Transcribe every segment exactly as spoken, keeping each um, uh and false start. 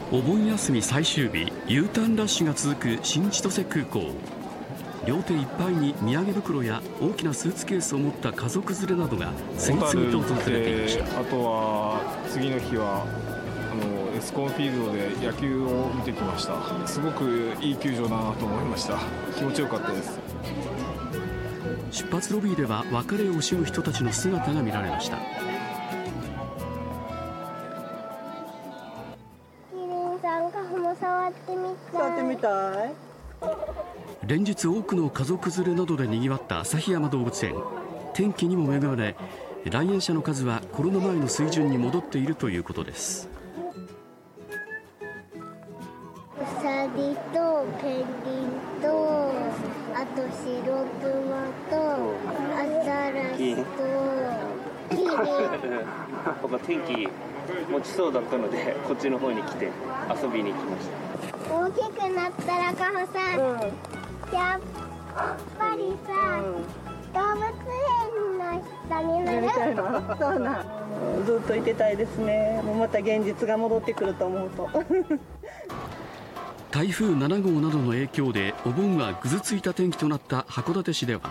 お盆休み最終日、U ターンラッシュが続く新千歳空港。両手いっぱいに土産袋や大きなスーツケースを持った家族連れなどが次々と訪れていました。 あとは次の日はあのエスコンフィールドで野球を見てきました。すごくいい球場だなと思いました。気持ちよかったです。 出発ロビーでは別れを惜しむ人たちの姿が見られました。 触ってみたい。 連日多くの家族連れなどでにぎわった旭山動物園。天気にも恵まれ、来園者の数はコロナ前の水準に戻っているということです。 ウサギとペンギンと、あとシロクマとアザラシとキリン。 僕は天気持ちそうだったのでこっちの方に来て遊びに来ました。 大きくなったらカホさん、うん、やっぱりさ、うん、動物園の人になりたいの。そうなん、ずっといてたいですね。もうまた現実が戻ってくると思うと台風なな号などの影響でお盆はぐずついた天気となった函館市では、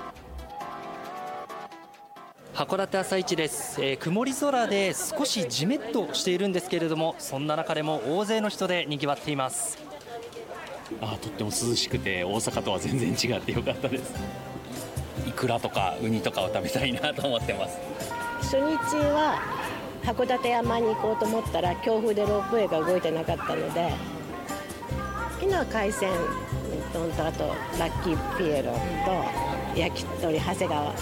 函館朝市です、えー、曇り空で少しジメッとしているんですけれども、そんな中でも大勢の人でにぎわっています。 あ、とっても涼しくて大阪とは全然違ってよかったです。イクラとかウニとかを食べたいなと思ってます。 初日は函館山に行こうと思ったら強風でロープウェイが動いてなかったので、昨日は海鮮丼とあとラッキーピエロと焼き鳥長谷川。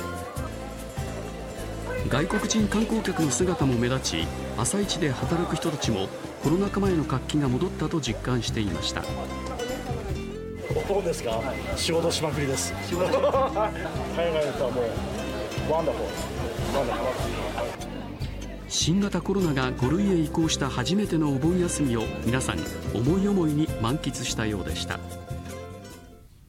外国人観光客の姿も目立ち、朝市で働く人たちもコロナ禍前の活気が戻ったと実感していました。 お盆ですか、はい、仕事しまくりです。仕事海外の人はもうワンダフォーワンダフォー。 新型コロナがご類へ移行した初めてのお盆休みを皆さん思い思いに満喫したようでした。